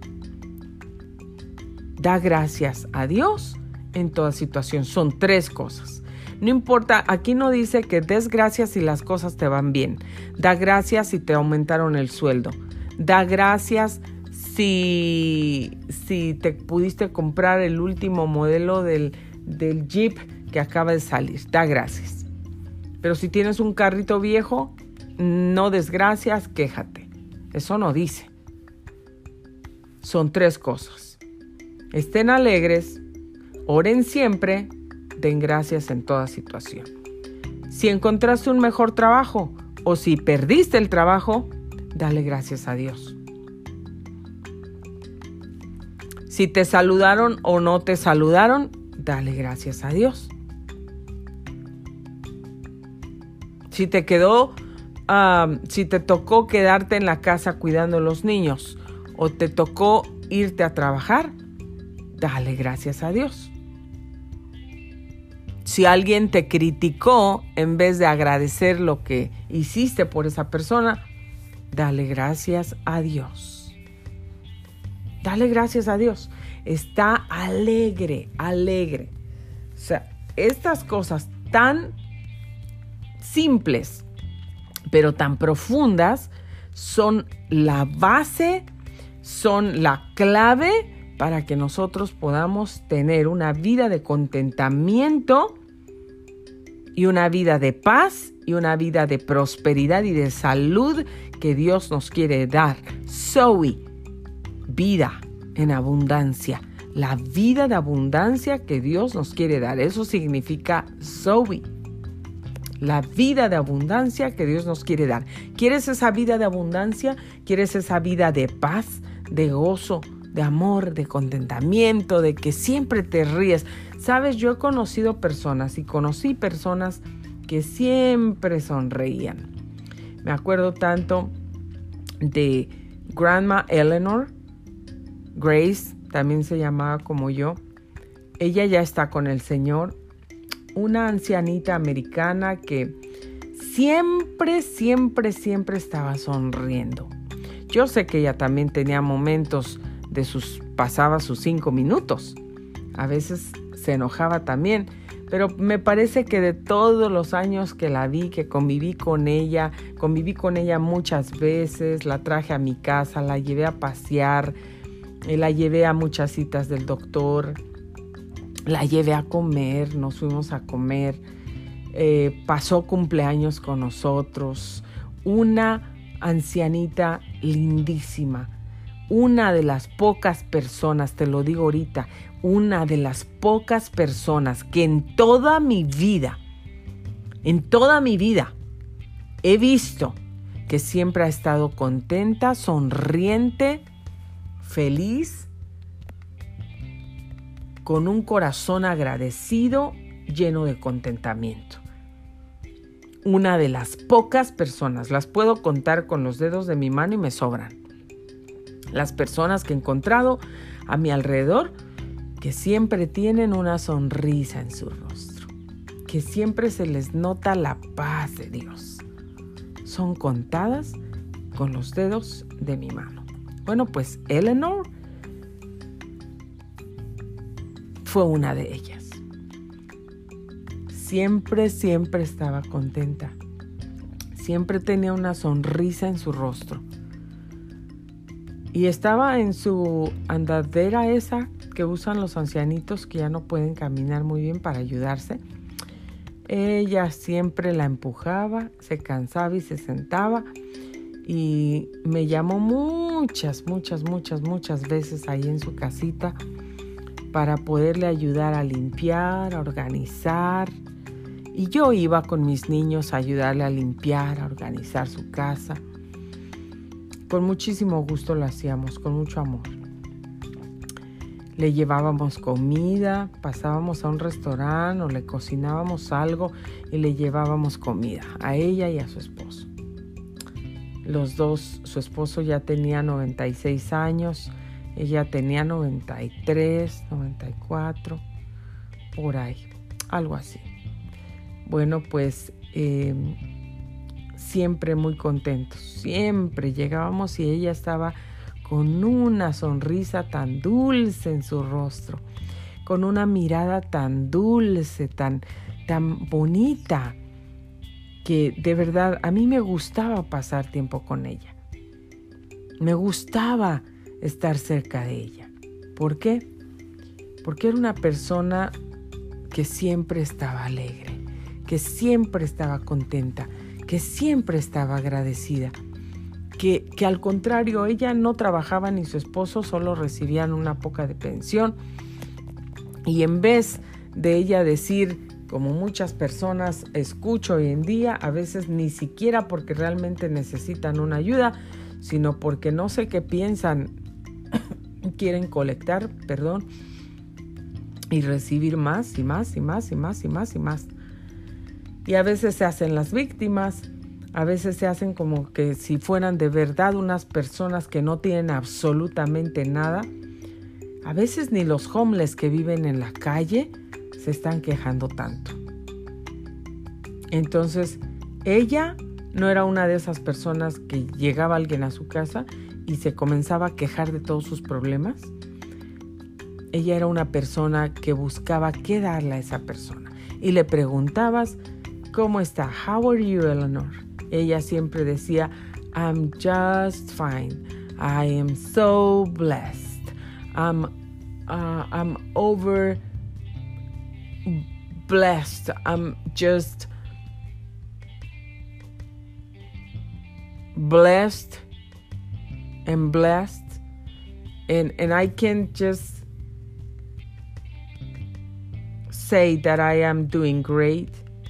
Da gracias a Dios en toda situación. Son 3 cosas. No importa, aquí no dice que des gracias si las cosas te van bien. Da gracias si te aumentaron el sueldo. Da gracias si te pudiste comprar el último modelo del Jeep que acaba de salir. Da gracias. Pero si tienes un carrito viejo, no des gracias, quéjate. Eso no dice. Son 3 cosas. Estén alegres, oren siempre, den gracias en toda situación. Si encontraste un mejor trabajo o si perdiste el trabajo, dale gracias a Dios. Si te saludaron o no te saludaron, dale gracias a Dios. Si te tocó quedarte en la casa cuidando a los niños o te tocó irte a trabajar, dale gracias a Dios. Si alguien te criticó en vez de agradecer lo que hiciste por esa persona, dale gracias a Dios. Dale gracias a Dios. Está alegre. O sea, estas cosas tan simples, pero tan profundas, son la base, son la clave para que nosotros podamos tener una vida de contentamiento y una vida de paz y una vida de prosperidad y de salud que Dios nos quiere dar. Zoe, vida en abundancia. La vida de abundancia que Dios nos quiere dar. Eso significa Zoe. La vida de abundancia que Dios nos quiere dar. ¿Quieres esa vida de abundancia? ¿Quieres esa vida de paz, de gozo, de amor, de contentamiento, de que siempre te ríes? Sabes, yo he conocido personas y conocí personas que siempre sonreían. Me acuerdo tanto de Grandma Eleanor, Grace, también se llamaba como yo. Ella ya está con el Señor. Una ancianita americana que siempre estaba sonriendo. Yo sé que ella también tenía momentos pasaba sus 5 minutos. A veces se enojaba también. Pero me parece que de todos los años que la vi, que conviví con ella muchas veces, la traje a mi casa, la llevé a pasear, la llevé a muchas citas del doctor, la llevé a comer, nos fuimos a comer, pasó cumpleaños con nosotros, una ancianita lindísima, una de las pocas personas, te lo digo ahorita, una de las pocas personas que en toda mi vida he visto que siempre ha estado contenta, sonriente, feliz, con un corazón agradecido, lleno de contentamiento. Una de las pocas personas, las puedo contar con los dedos de mi mano y me sobran. Las personas que he encontrado a mi alrededor que siempre tienen una sonrisa en su rostro, que siempre se les nota la paz de Dios. Son contadas con los dedos de mi mano. Bueno, pues Eleanor fue una de ellas. Siempre estaba contenta. Siempre tenía una sonrisa en su rostro. Y estaba en su andadera esa que usan los ancianitos que ya no pueden caminar muy bien para ayudarse. Ella siempre la empujaba, se cansaba y se sentaba. Y me llamó muchas veces ahí en su casita para poderle ayudar a limpiar, a organizar. Y yo iba con mis niños a ayudarle a limpiar, a organizar su casa. Con muchísimo gusto lo hacíamos, con mucho amor. Le llevábamos comida, pasábamos a un restaurante o le cocinábamos algo y le llevábamos comida a ella y a su esposo. Los dos, su esposo ya tenía 96 años, ella tenía 93, 94, por ahí, algo así. Bueno, pues siempre muy contentos, siempre llegábamos y ella estaba con una sonrisa tan dulce en su rostro, con una mirada tan dulce, tan bonita, que de verdad a mí me gustaba pasar tiempo con ella. Me gustaba estar cerca de ella. ¿Por qué? Porque era una persona que siempre estaba alegre, que siempre estaba contenta, que siempre estaba agradecida. Que al contrario, ella no trabajaba ni su esposo, solo recibían una poca de pensión. Y en vez de ella decir, como muchas personas escucho hoy en día, a veces ni siquiera porque realmente necesitan una ayuda, sino porque no sé qué piensan, quieren colectar, y recibir más y más y más y más y más y más. Y a veces se hacen las víctimas. A veces se hacen como que si fueran de verdad unas personas que no tienen absolutamente nada. A veces ni los homeless que viven en la calle se están quejando tanto. Entonces, ella no era una de esas personas que llegaba alguien a su casa y se comenzaba a quejar de todos sus problemas. Ella era una persona que buscaba qué darle a esa persona. Y le preguntabas, ¿cómo está? How are you, Eleanor? Ella siempre decía, I'm just fine. I am so blessed. I'm over blessed. I'm just blessed and blessed. And I can just say that I am doing great.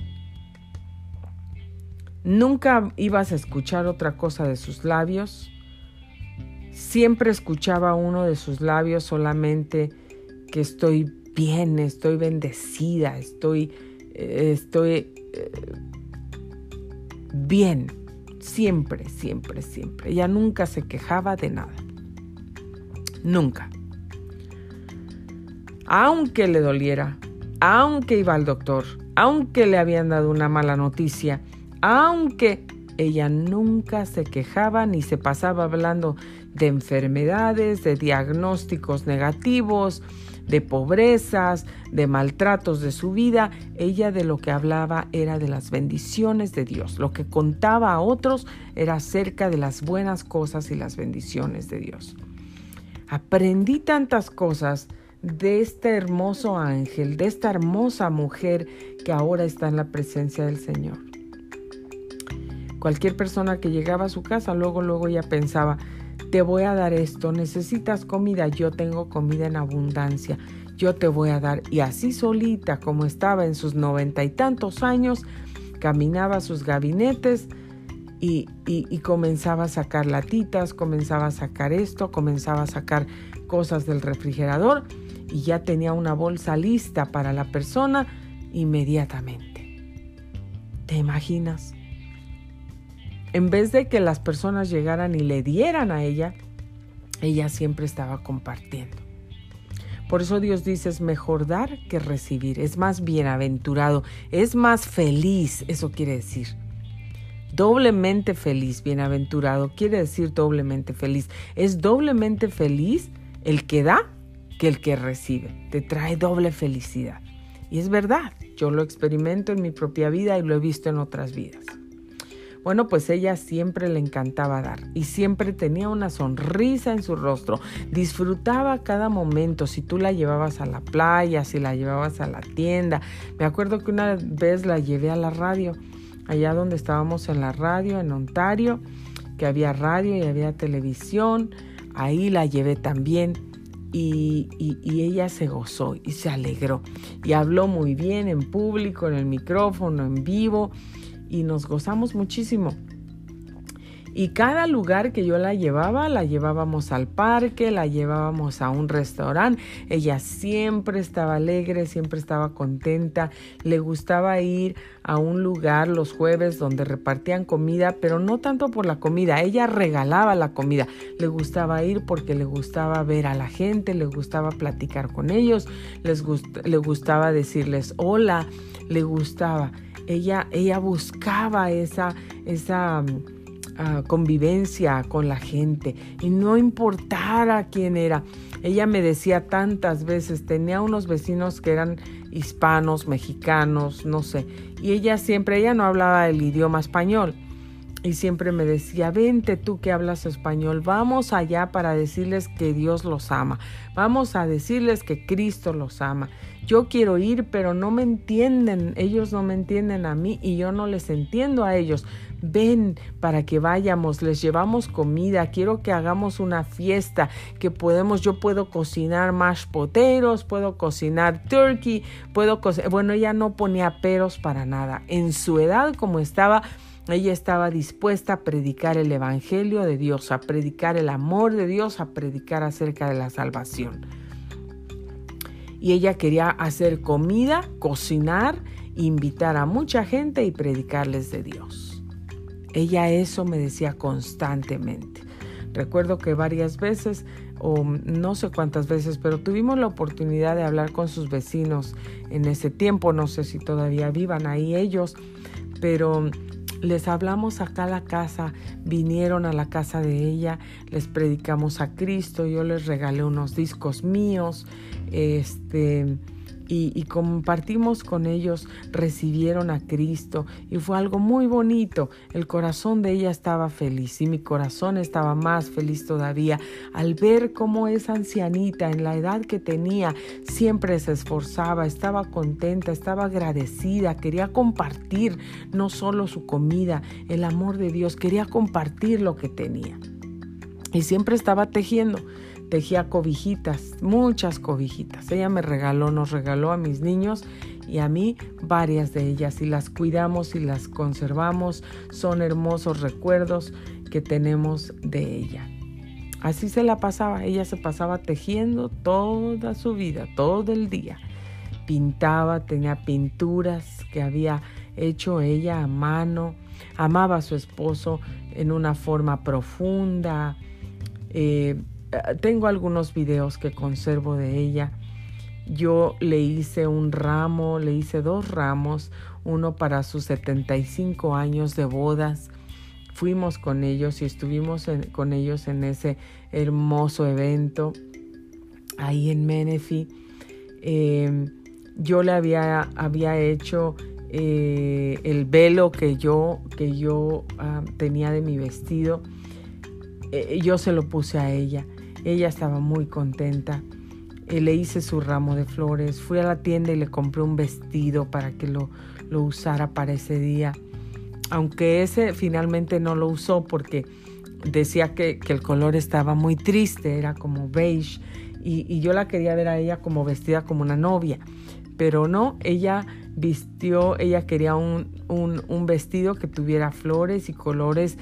Nunca ibas a escuchar otra cosa de sus labios. Siempre escuchaba uno de sus labios solamente que estoy bien, estoy bendecida, estoy bien. Siempre. Ella nunca se quejaba de nada. Nunca. Aunque le doliera, aunque iba al doctor, aunque le habían dado una mala noticia, aunque ella nunca se quejaba ni se pasaba hablando de enfermedades, de diagnósticos negativos, de pobrezas, de maltratos de su vida, ella de lo que hablaba era de las bendiciones de Dios. Lo que contaba a otros era acerca de las buenas cosas y las bendiciones de Dios. Aprendí tantas cosas de este hermoso ángel, de esta hermosa mujer que ahora está en la presencia del Señor. Cualquier persona que llegaba a su casa, luego ya pensaba, te voy a dar esto, necesitas comida, yo tengo comida en abundancia, yo te voy a dar. Y así solita, como estaba en sus 90 y tantos años, caminaba a sus gabinetes y comenzaba a sacar latitas, comenzaba a sacar esto, comenzaba a sacar cosas del refrigerador y ya tenía una bolsa lista para la persona inmediatamente. ¿Te imaginas? En vez de que las personas llegaran y le dieran a ella, ella siempre estaba compartiendo. Por eso Dios dice, es mejor dar que recibir, es más bienaventurado, es más feliz, eso quiere decir. Doblemente feliz, bienaventurado, quiere decir doblemente feliz. Es doblemente feliz el que da que el que recibe. Te trae doble felicidad. Y es verdad, yo lo experimento en mi propia vida y lo he visto en otras vidas. Bueno, pues ella siempre le encantaba dar y siempre tenía una sonrisa en su rostro. Disfrutaba cada momento, si tú la llevabas a la playa, si la llevabas a la tienda. Me acuerdo que una vez la llevé a la radio, allá donde estábamos en la radio, en Ontario, que había radio y había televisión. Ahí la llevé también y ella se gozó y se alegró. Y habló muy bien en público, en el micrófono, en vivo. Y nos gozamos muchísimo. Y cada lugar que yo la llevábamos al parque, la llevábamos a un restaurante. Ella siempre estaba alegre, siempre estaba contenta. Le gustaba ir a un lugar los jueves donde repartían comida, pero no tanto por la comida. Ella regalaba la comida. Le gustaba ir porque le gustaba ver a la gente, le gustaba platicar con ellos, le gustaba decirles hola, le gustaba. Ella buscaba esa convivencia con la gente y no importara quién era. Ella me decía tantas veces, tenía unos vecinos que eran hispanos, mexicanos, no sé, y ella no hablaba el idioma español. Y siempre me decía, vente tú que hablas español, vamos allá para decirles que Dios los ama. Vamos a decirles que Cristo los ama. Yo quiero ir, pero no me entienden. Ellos no me entienden a mí y yo no les entiendo a ellos. Ven para que vayamos, les llevamos comida. Quiero que hagamos una fiesta, yo puedo cocinar mashed potatoes, puedo cocinar turkey, Bueno, ella no ponía peros para nada. En su edad como estaba, ella estaba dispuesta a predicar el evangelio de Dios, a predicar el amor de Dios, a predicar acerca de la salvación. Y ella quería hacer comida, cocinar, invitar a mucha gente y predicarles de Dios. Ella eso me decía constantemente. Recuerdo que varias veces, o no sé cuántas veces, pero tuvimos la oportunidad de hablar con sus vecinos en ese tiempo. No sé si todavía vivan ahí ellos, pero les hablamos acá a la casa, vinieron a la casa de ella, les predicamos a Cristo, yo les regalé unos discos míos, y compartimos con ellos, recibieron a Cristo y fue algo muy bonito. El corazón de ella estaba feliz y mi corazón estaba más feliz todavía al ver cómo esa ancianita en la edad que tenía siempre se esforzaba, estaba contenta, estaba agradecida, quería compartir no solo su comida, el amor de Dios, quería compartir lo que tenía y siempre estaba tejiendo. Tejía cobijitas, muchas cobijitas. Ella nos regaló a mis niños y a mí varias de ellas y las cuidamos y las conservamos. Son hermosos recuerdos que tenemos de ella. Así se la pasaba. Ella se pasaba tejiendo toda su vida, todo el día. Pintaba, tenía pinturas que había hecho ella a mano. Amaba a su esposo en una forma profunda. Tengo algunos videos que conservo de ella. Yo le hice 2 ramos, uno para sus 75 años de bodas. Fuimos con ellos y estuvimos con ellos en ese hermoso evento ahí en Menifee. Yo le había hecho el velo que yo tenía de mi vestido. Yo se lo puse a ella. Ella estaba muy contenta. Le hice su ramo de flores. Fui a la tienda y le compré un vestido para que lo usara para ese día. Aunque ese finalmente no lo usó porque decía que el color estaba muy triste, era como beige. Y yo la quería ver a ella como vestida como una novia. Pero no, ella quería un vestido que tuviera flores y colores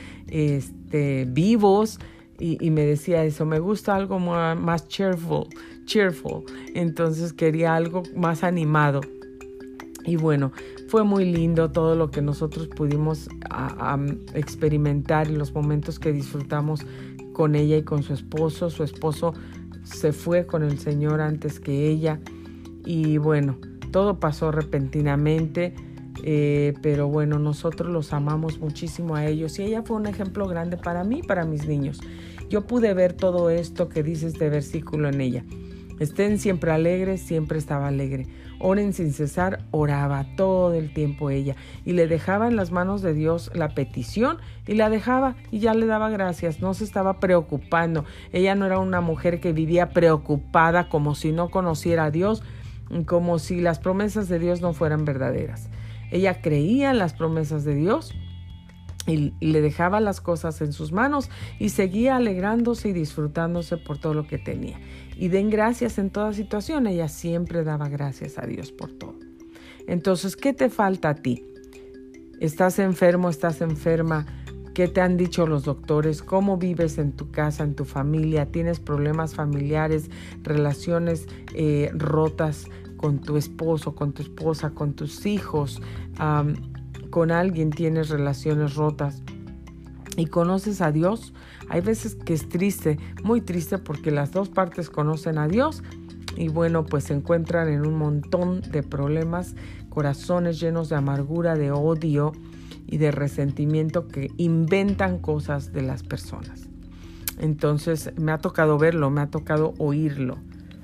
vivos. Y me decía eso, me gusta algo más cheerful. Entonces quería algo más animado. Y bueno, fue muy lindo todo lo que nosotros pudimos experimentar y los momentos que disfrutamos con ella y con su esposo. Su esposo se fue con el Señor antes que ella. Y bueno, todo pasó repentinamente. Pero bueno, nosotros los amamos muchísimo a ellos y ella fue un ejemplo grande para mí, para mis niños. Yo pude ver todo esto que dice este versículo en ella. Estén siempre alegres, siempre estaba alegre. Oren sin cesar, oraba todo el tiempo ella. Y le dejaba en las manos de Dios la petición y la dejaba y ya le daba gracias. No se estaba preocupando. Ella no era una mujer que vivía preocupada como si no conociera a Dios, como si las promesas de Dios no fueran verdaderas. Ella creía en las promesas de Dios y le dejaba las cosas en sus manos y seguía alegrándose y disfrutándose por todo lo que tenía. Y den gracias en toda situación. Ella siempre daba gracias a Dios por todo. Entonces, ¿qué te falta a ti? ¿Estás enfermo? ¿Estás enferma? ¿Qué te han dicho los doctores? ¿Cómo vives en tu casa, en tu familia? ¿Tienes problemas familiares, relaciones rotas con tu esposo, con tu esposa, con tus hijos? Con alguien tienes relaciones rotas y conoces a Dios. Hay veces que es triste, muy triste, porque las dos partes conocen a Dios y bueno, pues se encuentran en un montón de problemas, corazones llenos de amargura, de odio y de resentimiento, que inventan cosas de las personas. Entonces me ha tocado verlo, me ha tocado oírlo.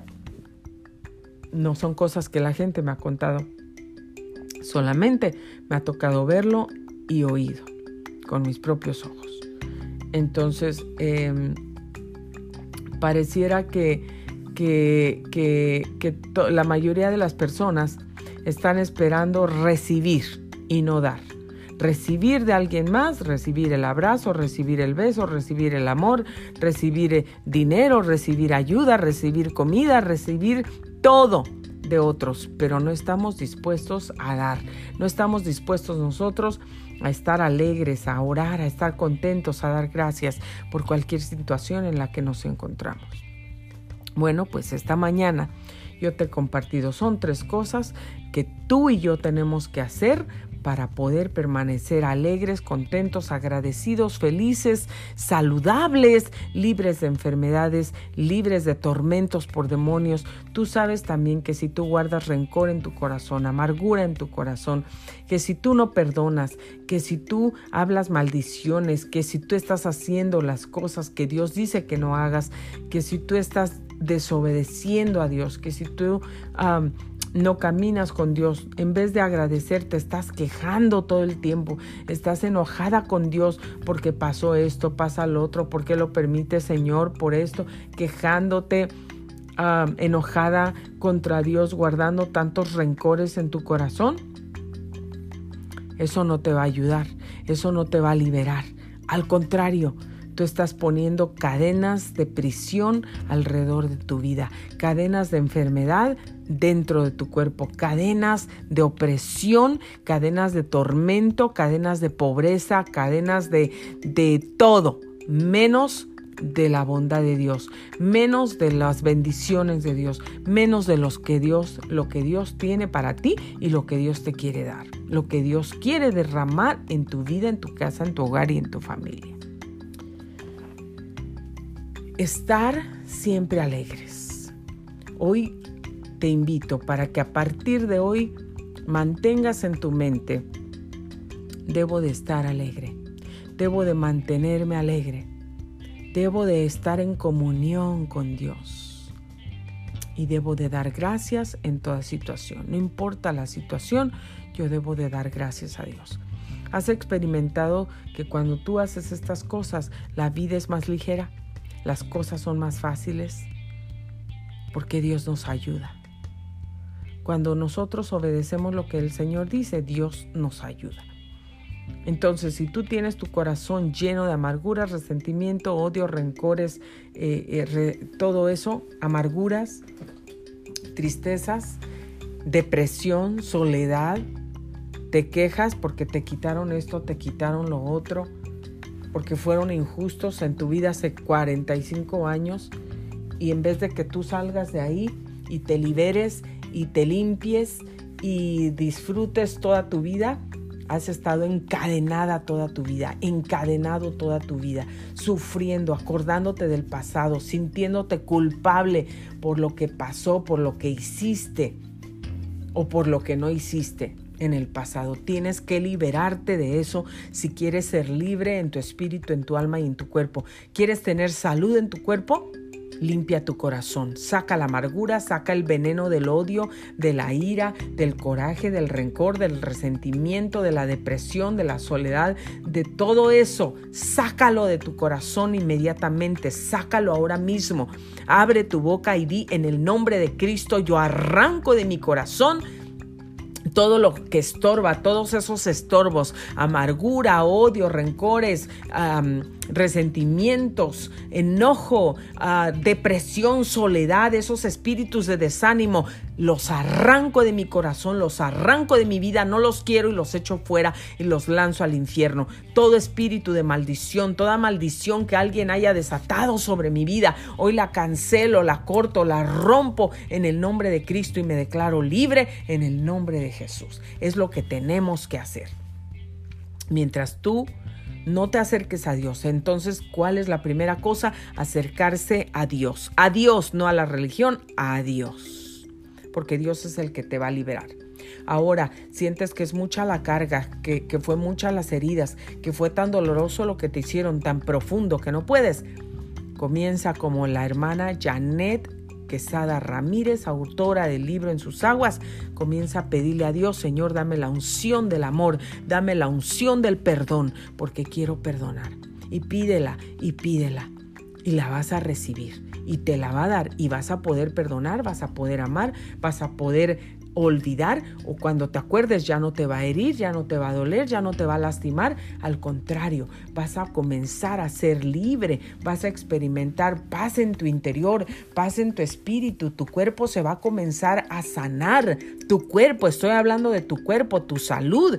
No son cosas que la gente me ha contado, solamente me ha tocado verlo y oído con mis propios ojos. Entonces, pareciera que la mayoría de las personas están esperando recibir y no dar. Recibir de alguien más, recibir el abrazo, recibir el beso, recibir el amor, recibir dinero, recibir ayuda, recibir comida, recibir todo de otros, pero no estamos dispuestos a dar. No estamos dispuestos nosotros a estar alegres, a orar, a estar contentos, a dar gracias por cualquier situación en la que nos encontramos. Bueno, pues esta mañana yo te he compartido, son 3 cosas que tú y yo tenemos que hacer para poder permanecer alegres, contentos, agradecidos, felices, saludables, libres de enfermedades, libres de tormentos por demonios. Tú sabes también que si tú guardas rencor en tu corazón, amargura en tu corazón, que si tú no perdonas, que si tú hablas maldiciones, que si tú estás haciendo las cosas que Dios dice que no hagas, que si tú estás desobedeciendo a Dios, que si tú no caminas con Dios, en vez de agradecer te estás quejando todo el tiempo, estás enojada con Dios porque pasó esto, pasa lo otro, ¿por qué lo permite, Señor, por esto? Quejándote, enojada contra Dios, guardando tantos rencores en tu corazón. Eso no te va a ayudar, eso no te va a liberar. Al contrario, tú estás poniendo cadenas de prisión alrededor de tu vida, cadenas de enfermedad dentro de tu cuerpo, cadenas de opresión, cadenas de tormento, cadenas de pobreza, cadenas de todo, menos de la bondad de Dios, menos de las bendiciones de Dios, menos de lo que Dios tiene para ti y lo que Dios te quiere dar, lo que Dios quiere derramar en tu vida, en tu casa, en tu hogar y en tu familia. Estar siempre alegres. Hoy te invito para que a partir de hoy mantengas en tu mente: debo de estar alegre, debo de mantenerme alegre, debo de estar en comunión con Dios y debo de dar gracias en toda situación. No importa la situación, yo debo de dar gracias a Dios. ¿Has experimentado que cuando tú haces estas cosas, la vida es más ligera? Las cosas son más fáciles porque Dios nos ayuda. Cuando nosotros obedecemos lo que el Señor dice, Dios nos ayuda. Entonces, si tú tienes tu corazón lleno de amargura, resentimiento, odio, rencores, todo eso, amarguras, tristezas, depresión, soledad, te quejas porque te quitaron esto, te quitaron lo otro, porque fueron injustos en tu vida hace 45 años, y en vez de que tú salgas de ahí y te liberes y te limpies y disfrutes toda tu vida, has estado encadenada toda tu vida, encadenado toda tu vida, sufriendo, acordándote del pasado, sintiéndote culpable por lo que pasó, por lo que hiciste o por lo que no hiciste en el pasado. Tienes que liberarte de eso si quieres ser libre en tu espíritu, en tu alma y en tu cuerpo. ¿Quieres tener salud en tu cuerpo? limpia tu corazón, saca la amargura, saca el veneno del odio, de la ira, del coraje, del rencor, del resentimiento, de la depresión, de la soledad, de todo eso. Sácalo de tu corazón inmediatamente, sácalo ahora mismo. Abre tu boca y di: en el nombre de Cristo, yo arranco de mi corazón todo lo que estorba, todos esos estorbos, amargura, odio, rencores, resentimientos, enojo, depresión, soledad, esos espíritus de desánimo. Los arranco de mi corazón, los arranco de mi vida, no los quiero y los echo fuera y los lanzo al infierno. Todo espíritu de maldición, toda maldición que alguien haya desatado sobre mi vida, hoy la cancelo, la corto, la rompo en el nombre de Cristo y me declaro libre en el nombre de Jesús. Es lo que tenemos que hacer. Mientras tú no te acerques a Dios, entonces, ¿cuál es la primera cosa? Acercarse a Dios. A Dios, no a la religión, a Dios. Porque Dios es el que te va a liberar. Ahora, sientes que es mucha la carga, que fue muchas las heridas, que fue tan doloroso lo que te hicieron, tan profundo que no puedes. Comienza como la hermana Janet Quesada Ramírez, autora del libro En sus aguas. Comienza a pedirle a Dios: Señor, dame la unción del amor, dame la unción del perdón, porque quiero perdonar. Y pídela y pídela. Y la vas a recibir y te la va a dar y vas a poder perdonar, vas a poder amar, vas a poder olvidar, o cuando te acuerdes ya no te va a herir, ya no te va a doler, ya no te va a lastimar. Al contrario, vas a comenzar a ser libre, vas a experimentar paz en tu interior, paz en tu espíritu, tu cuerpo se va a comenzar a sanar. Tu cuerpo, estoy hablando de tu cuerpo, tu salud.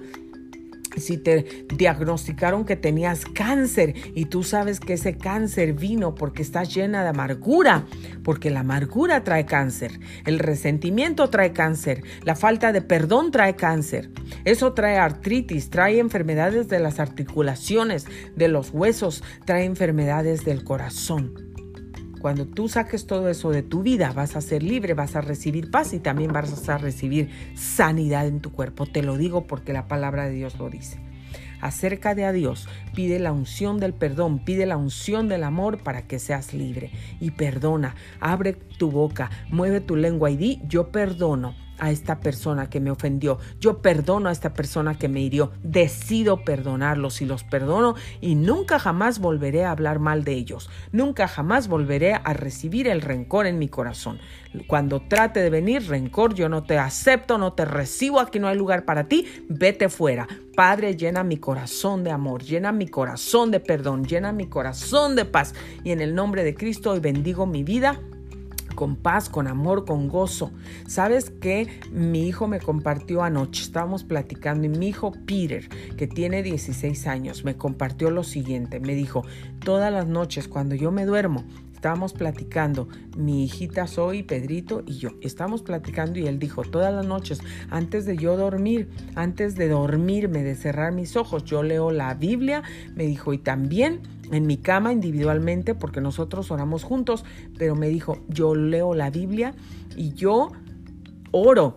Si te diagnosticaron que tenías cáncer y tú sabes que ese cáncer vino porque estás llena de amargura, porque la amargura trae cáncer, el resentimiento trae cáncer, la falta de perdón trae cáncer, eso trae artritis, trae enfermedades de las articulaciones, de los huesos, trae enfermedades del corazón. Cuando tú saques todo eso de tu vida, vas a ser libre, vas a recibir paz y también vas a recibir sanidad en tu cuerpo. Te lo digo porque la palabra de Dios lo dice. Acércate a Dios, pide la unción del perdón, pide la unción del amor para que seas libre. Y perdona, abre tu boca, mueve tu lengua y di: yo perdono a esta persona que me ofendió, yo perdono a esta persona que me hirió, decido perdonarlos y los perdono y nunca jamás volveré a hablar mal de ellos, nunca jamás volveré a recibir el rencor en mi corazón. Cuando trate de venir rencor, yo no te acepto, no te recibo, aquí no hay lugar para ti, vete fuera. Padre, llena mi corazón de amor, llena mi corazón de perdón, llena mi corazón de paz y en el nombre de Cristo hoy bendigo mi vida con paz, con amor, con gozo. ¿Sabes qué? Mi hijo me compartió anoche, estábamos platicando y mi hijo Peter, que tiene 16 años, me compartió lo siguiente. Me dijo: todas las noches cuando yo me duermo, estábamos platicando, mi hijita Zoe, Pedrito y yo, estábamos platicando y él dijo: todas las noches, antes de yo dormir, antes de dormirme, de cerrar mis ojos, yo leo la Biblia, me dijo, y también en mi cama individualmente, porque nosotros oramos juntos, pero me dijo: yo leo la Biblia y yo oro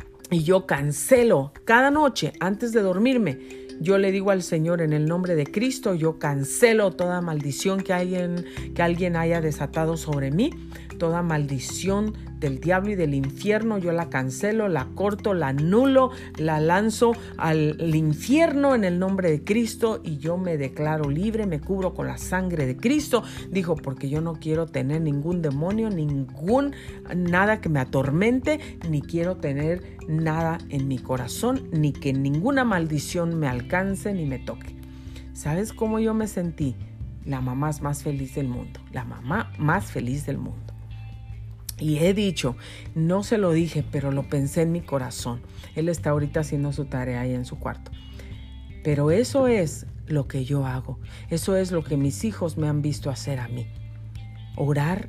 y yo cancelo cada noche antes de dormirme. Yo le digo al Señor: en el nombre de Cristo, yo cancelo toda maldición que alguien haya desatado sobre mí, toda maldición del diablo y del infierno, yo la cancelo, la corto, la anulo, la lanzo al infierno en el nombre de Cristo y yo me declaro libre, me cubro con la sangre de Cristo. Dijo: porque yo no quiero tener ningún demonio, nada que me atormente, ni quiero tener nada en mi corazón, ni que ninguna maldición me alcance ni me toque. ¿Sabes cómo yo me sentí? La mamá más feliz del mundo, la mamá más feliz del mundo. Y he dicho, no se lo dije, pero lo pensé en mi corazón. Él está ahorita haciendo su tarea ahí en su cuarto. Pero eso es lo que yo hago. Eso es lo que mis hijos me han visto hacer a mí. Orar,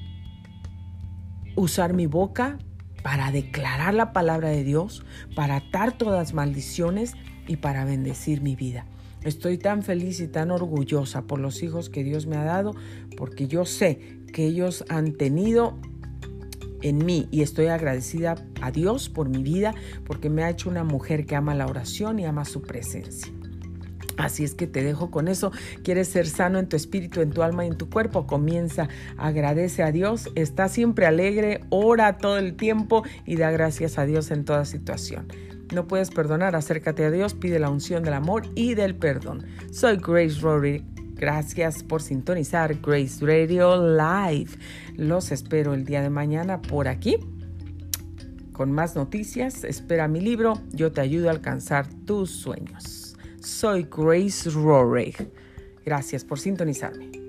usar mi boca para declarar la palabra de Dios, para atar todas maldiciones y para bendecir mi vida. Estoy tan feliz y tan orgullosa por los hijos que Dios me ha dado, porque yo sé que ellos han tenido en mí y estoy agradecida a Dios por mi vida, porque me ha hecho una mujer que ama la oración y ama su presencia. Así es que te dejo con eso. ¿Quieres ser sano en tu espíritu, en tu alma y en tu cuerpo? Comienza, agradece a Dios, está siempre alegre, ora todo el tiempo y da gracias a Dios en toda situación. No puedes perdonar, acércate a Dios, pide la unción del amor y del perdón. Soy Grace Rory. Gracias por sintonizar Grace Radio Live. Los espero el día de mañana por aquí con más noticias. Espera mi libro, Yo te ayudo a alcanzar tus sueños. Soy Grace Rory. Gracias por sintonizarme.